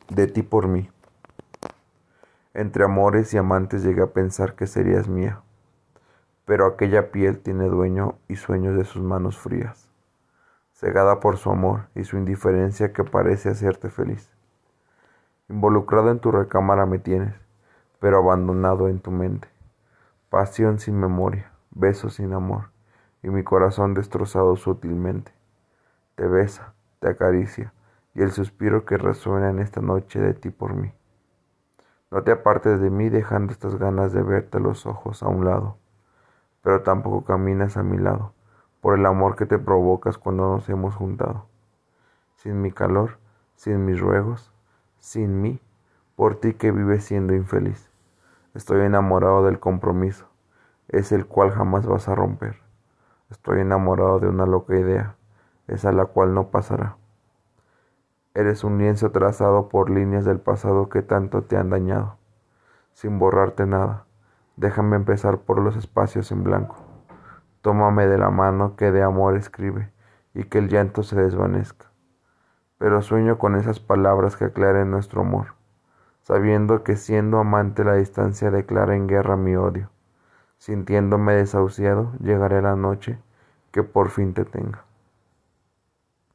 de ti por mí. Entre amores y amantes llegué a pensar que serías mía, pero aquella piel tiene dueño y sueños de sus manos frías, cegada por su amor y su indiferencia que parece hacerte feliz. Involucrado en tu recámara me tienes, pero abandonado en tu mente. Pasión sin memoria, besos sin amor, y mi corazón destrozado sutilmente. Te besa, te acaricia, y el suspiro que resuena en esta noche de ti por mí. No te apartes de mí dejando estas ganas de verte los ojos a un lado, pero tampoco caminas a mi lado, por el amor que te provocas cuando nos hemos juntado. Sin mi calor, sin mis ruegos, sin mí, por ti que vives siendo infeliz. Estoy enamorado del compromiso, es el cual jamás vas a romper. Estoy enamorado de una loca idea, esa la cual no pasará. Eres un lienzo trazado por líneas del pasado que tanto te han dañado, sin borrarte nada. Déjame empezar por los espacios en blanco. Tómame de la mano que de amor escribe y que el llanto se desvanezca. Pero sueño con esas palabras que aclaren nuestro amor, sabiendo que siendo amante la distancia declara en guerra mi odio. Sintiéndome desahuciado, llegaré la noche que por fin te tenga.